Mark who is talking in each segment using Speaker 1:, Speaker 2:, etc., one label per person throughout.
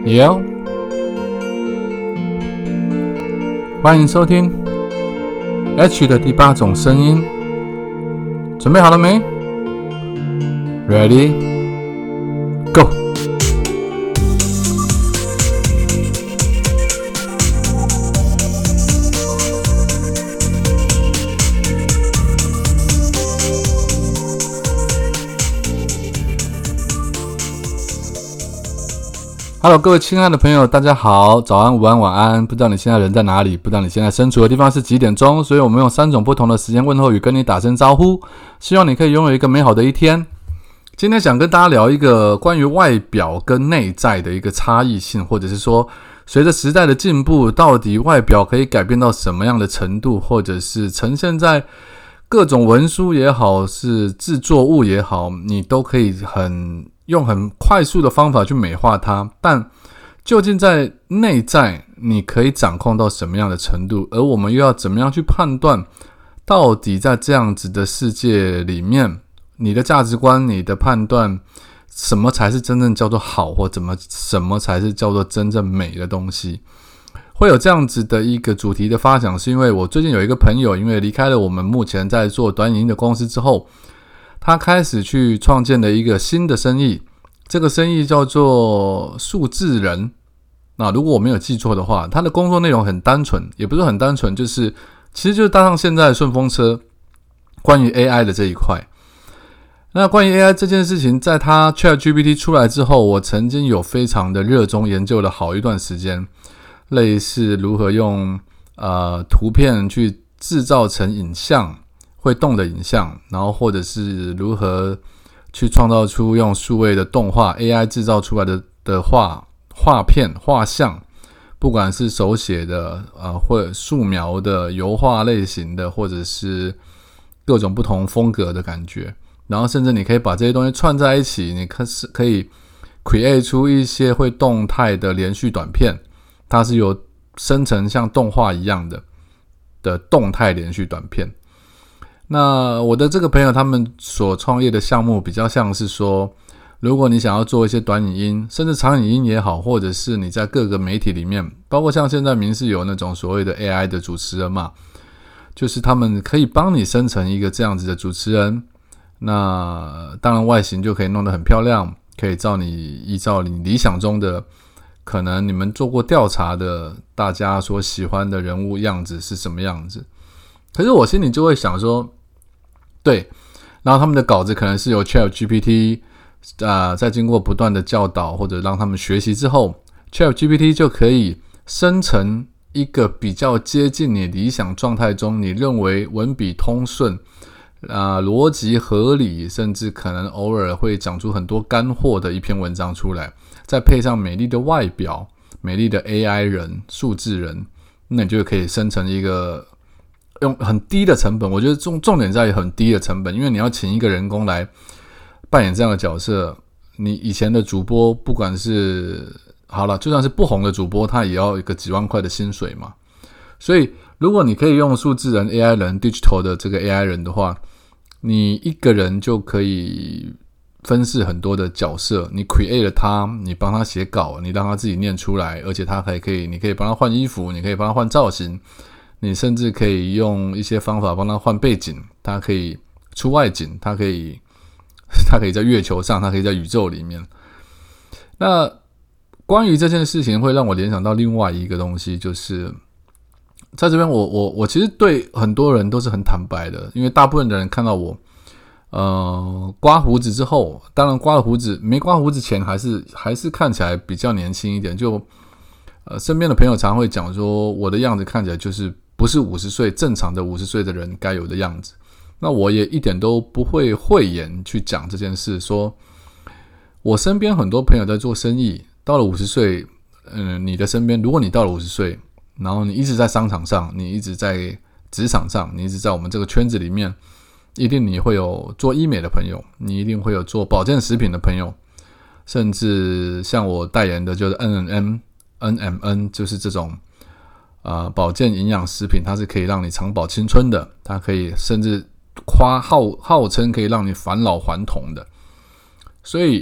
Speaker 1: Yeah， 欢迎收听 H 的第8种声音，准备好了没 ？Ready, go！Hello， 各位亲爱的朋友，大家好，早安、午安、晚安。不知道你现在人在哪里，不知道你现在身处的地方是几点钟，所以我们用3种不同的时间问候语跟你打声招呼，希望你可以拥有一个美好的一天。今天想跟大家聊一个关于外表跟内在的一个差异性，或者是说随着时代的进步，到底外表可以改变到什么样的程度，或者是呈现在各种文书也好，是制作物也好，你都可以用很快速的方法去美化它，但究竟在内在你可以掌控到什么样的程度，而我们又要怎么样去判断到底在这样子的世界里面，你的价值观，你的判断，什么才是真正叫做好，或什么才是叫做真正美的东西。会有这样子的一个主题的发想，是因为我最近有一个朋友，因为离开了我们目前在做短影音的公司之后，他开始去创建了一个新的生意，这个生意叫做数字人。那如果我没有记错的话，他的工作内容很单纯，也不是很单纯，其实就是搭上现在的顺风车，关于 AI 的这一块。那关于 AI 这件事情，在他 ChatGPT 出来之后，我曾经有非常的热衷研究了好一段时间，类似如何用图片去制造成影像，会动的影像，然后或者是如何去创造出用数位的动画 AI 制造出来的画片画像，不管是手写的或者素描的油画类型的，或者是各种不同风格的感觉，然后甚至你可以把这些东西串在一起，你可以 create 出一些会动态的连续短片，它是有生成像动画一样的动态连续短片。那我的这个朋友他们所创业的项目比较像是说，如果你想要做一些短影音，甚至长影音也好，或者是你在各个媒体里面，包括像现在民视有那种所谓的 AI 的主持人嘛，就是他们可以帮你生成一个这样子的主持人，那当然外形就可以弄得很漂亮，可以依照你理想中的，可能你们做过调查的大家所喜欢的人物样子是什么样子。可是我心里就会想说，对，然后他们的稿子可能是由 ChatGPT在经过不断的教导或者让他们学习之后， ChatGPT 就可以生成一个比较接近你理想状态中你认为文笔通顺逻辑合理，甚至可能偶尔会讲出很多干货的一篇文章出来，再配上美丽的外表，美丽的 AI 人数字人，那你就可以生成一个用很低的成本，我觉得重点在于很低的成本，因为你要请一个人工来扮演这样的角色，你以前的主播不管是好了，就算是不红的主播，他也要一个几万块的薪水嘛。所以如果你可以用数字人 AI 人 digital 的这个 AI 人的话，你一个人就可以分饰很多的角色，你 create 了他，你帮他写稿，你让他自己念出来，而且他还可以，你可以帮他换衣服，你可以帮他换造型，你甚至可以用一些方法帮他换背景，他可以出外景，他可以在月球上，他可以在宇宙里面。那关于这件事情会让我联想到另外一个东西，就是在这边我其实对很多人都是很坦白的，因为大部分的人看到我刮胡子之后，当然刮了胡子没刮胡子前还是看起来比较年轻一点，就身边的朋友常会讲说我的样子看起来就是不是50岁正常的50岁的人该有的样子。那我也一点都不会讳言去讲这件事，说我身边很多朋友在做生意，到了50岁你的身边，如果你到了50岁，然后你一直在商场上，你一直在职场上，你一直在我们这个圈子里面，一定你会有做医美的朋友，你一定会有做保健食品的朋友，甚至像我代言的就是 NMN 就是这种保健营养食品，它是可以让你长保青春的，它可以甚至号称可以让你返老还童的。所以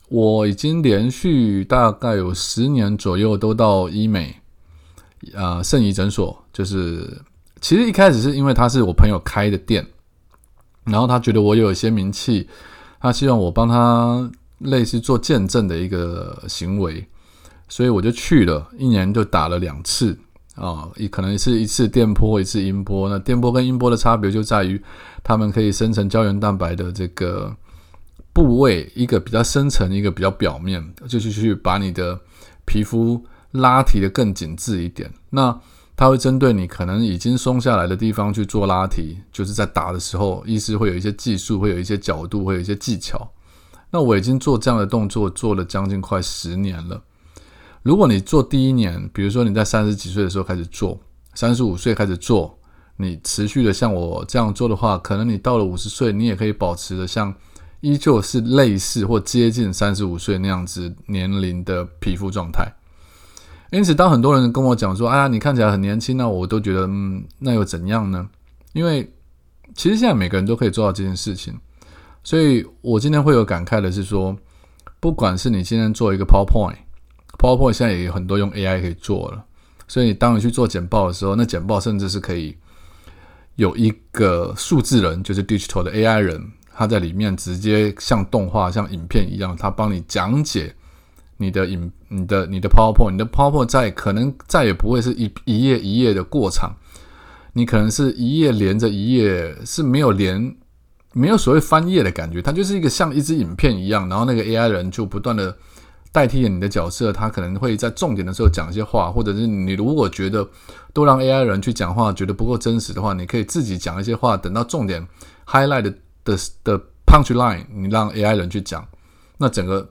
Speaker 1: 我已经连续大概有10年左右都到医美圣仪诊所，就是其实一开始是因为他是我朋友开的店，然后他觉得我有一些名气，他希望我帮他类似做见证的一个行为，所以我就去了，1年就打了2次可能是一次电波一次音波。那电波跟音波的差别就在于他们可以生成胶原蛋白的这个部位，一个比较深层一个比较表面，就是去把你的皮肤拉提的更紧致一点。那它会针对你可能已经松下来的地方去做拉提，就是在打的时候医师会有一些技术，会有一些角度，会有一些技巧。那我已经做这样的动作做了将近快10年了。如果你做第1年，比如说你在30几岁的时候开始做，35岁开始做，你持续的像我这样做的话，可能你到了50岁你也可以保持的像依旧是类似或接近35岁那样子年龄的皮肤状态。因此当很多人跟我讲说你看起来很年轻，那我都觉得那又怎样呢？因为其实现在每个人都可以做到这件事情。所以我今天会有感慨的是说，不管是你今天做一个 PowerPoint 现在也有很多用 AI 可以做了，所以当你去做简报的时候，那简报甚至是可以有一个数字人，就是 digital 的 AI 人，他在里面直接像动画像影片一样，他帮你讲解你的 PowerPoint， 你的 PowerPoint 可能再也不会是一页一页的过场，你可能是一页连着一页，是没有所谓翻页的感觉，它就是一个像一支影片一样，然后那个 AI 人就不断的代替你的角色，他可能会在重点的时候讲一些话，或者是你如果觉得都让 AI 人去讲话觉得不够真实的话，你可以自己讲一些话，等到重点 highlight 的 punchline 你让 AI 人去讲，那整个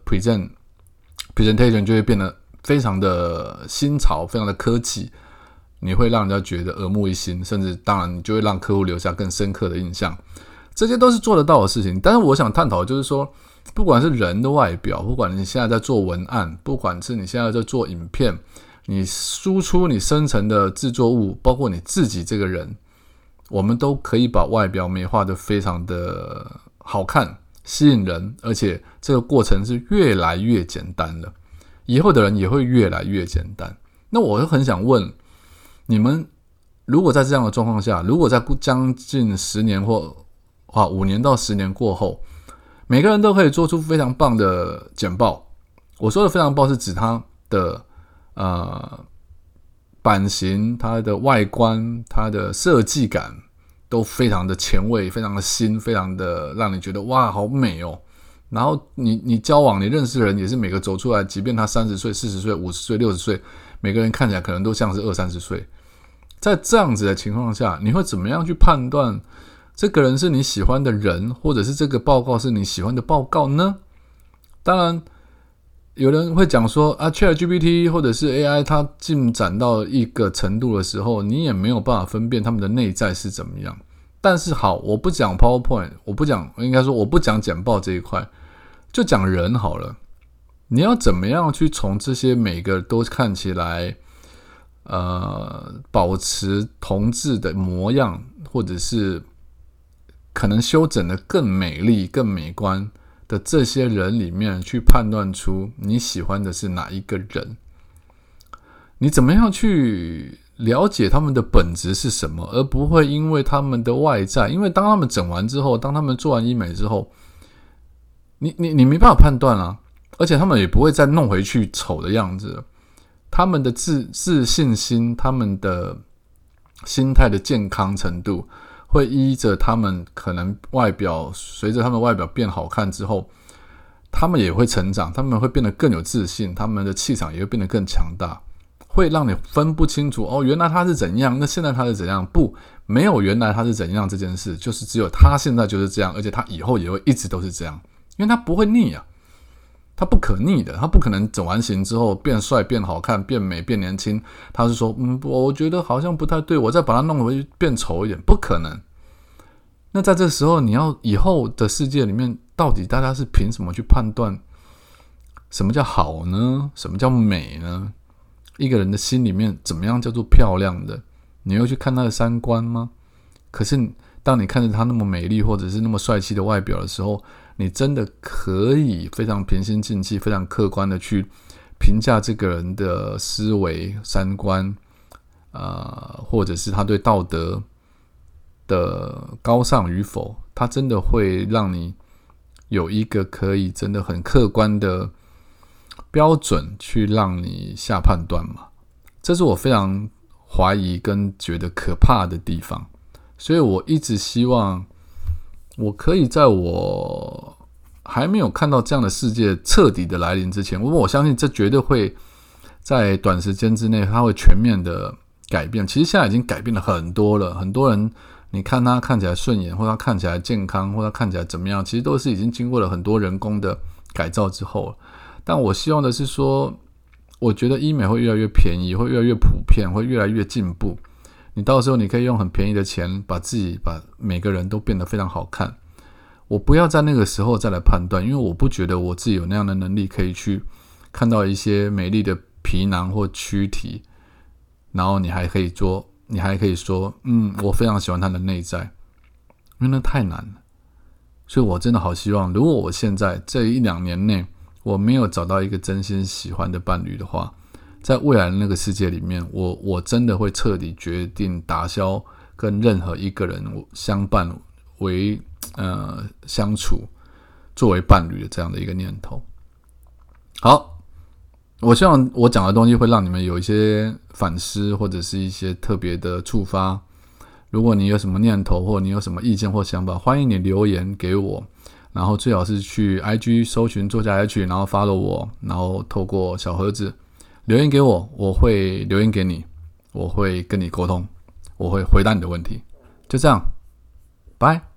Speaker 1: presentation 就会变得非常的新潮，非常的科技，你会让人家觉得耳目一新，甚至当然你就会让客户留下更深刻的印象。这些都是做得到的事情。但是我想探讨的就是说，不管是人的外表，不管你现在在做文案，不管是你现在在做影片，你输出你生成的制作物，包括你自己这个人，我们都可以把外表美化得非常的好看吸引人，而且这个过程是越来越简单了，以后的人也会越来越简单。那我就很想问你们，如果在这样的状况下，如果在将近10年或5年到10年过后，每个人都可以做出非常棒的简报。我说的非常棒是指它的版型，它的外观，它的设计感都非常的前卫，非常的新，非常的让你觉得哇好美哦。然后你交往你认识的人也是每个走出来，即便他30岁40岁50岁60岁，每个人看起来可能都像是20-30岁。在这样子的情况下，你会怎么样去判断这个人是你喜欢的人，或者是这个报告是你喜欢的报告呢？当然有人会讲说ChatGPT 或者是 AI 它进展到一个程度的时候，你也没有办法分辨他们的内在是怎么样。但是好，我不讲 PowerPoint， 我不讲简报这一块，就讲人好了。你要怎么样去从这些每个都看起来保持同质的模样，或者是可能修整的更美丽更美观的这些人里面去判断出你喜欢的是哪一个人？你怎么样去了解他们的本质是什么，而不会因为他们的外在，因为当他们整完之后，当他们做完医美之后，你没办法判断啊，而且他们也不会再弄回去丑的样子了。他们的自信心，他们的心态的健康程度，会依着他们可能外表，随着他们外表变好看之后，他们也会成长，他们会变得更有自信，他们的气场也会变得更强大，会让你分不清楚原来他是怎样，那现在他是怎样。不，没有原来他是怎样这件事，就是只有他现在就是这样，而且他以后也会一直都是这样，因为他不会腻啊，他不可逆的，他不可能整完型之后变帅变好看变美变年轻，他是说我觉得好像不太对，我再把它弄回去变丑一点，不可能。那在这时候，你要以后的世界里面，到底大家是凭什么去判断什么叫好呢？什么叫美呢？一个人的心里面怎么样叫做漂亮的？你会去看他的三观吗？可是当你看着他那么美丽或者是那么帅气的外表的时候，你真的可以非常平心静气非常客观的去评价这个人的思维三观，或者是他对道德的高尚与否，他真的会让你有一个可以真的很客观的标准去让你下判断嘛？这是我非常怀疑跟觉得可怕的地方，所以我一直希望我可以在我还没有看到这样的世界彻底的来临之前，我相信这绝对会在短时间之内它会全面的改变。其实现在已经改变了很多了，很多人你看他看起来顺眼，或他看起来健康，或他看起来怎么样，其实都是已经经过了很多人工的改造之后了。但我希望的是说，我觉得医美会越来越便宜，会越来越普遍，会越来越进步。你到时候你可以用很便宜的钱把每个人都变得非常好看。我不要在那个时候再来判断，因为我不觉得我自己有那样的能力可以去看到一些美丽的皮囊或躯体，然后你还可以说我非常喜欢它的内在，因为那太难了。所以我真的好希望，如果我现在这1-2年内我没有找到一个真心喜欢的伴侣的话，在未来的那个世界里面，我真的会彻底决定打消跟任何一个人相伴为相处作为伴侣的这样的一个念头。好，我希望我讲的东西会让你们有一些反思，或者是一些特别的触发。如果你有什么念头，或你有什么意见或想法，欢迎你留言给我，然后最好是去 IG 搜寻作家 H， 然后 follow 我，然后透过小盒子留言给我，我会留言给你，我会跟你沟通，我会回答你的问题。就这样，拜。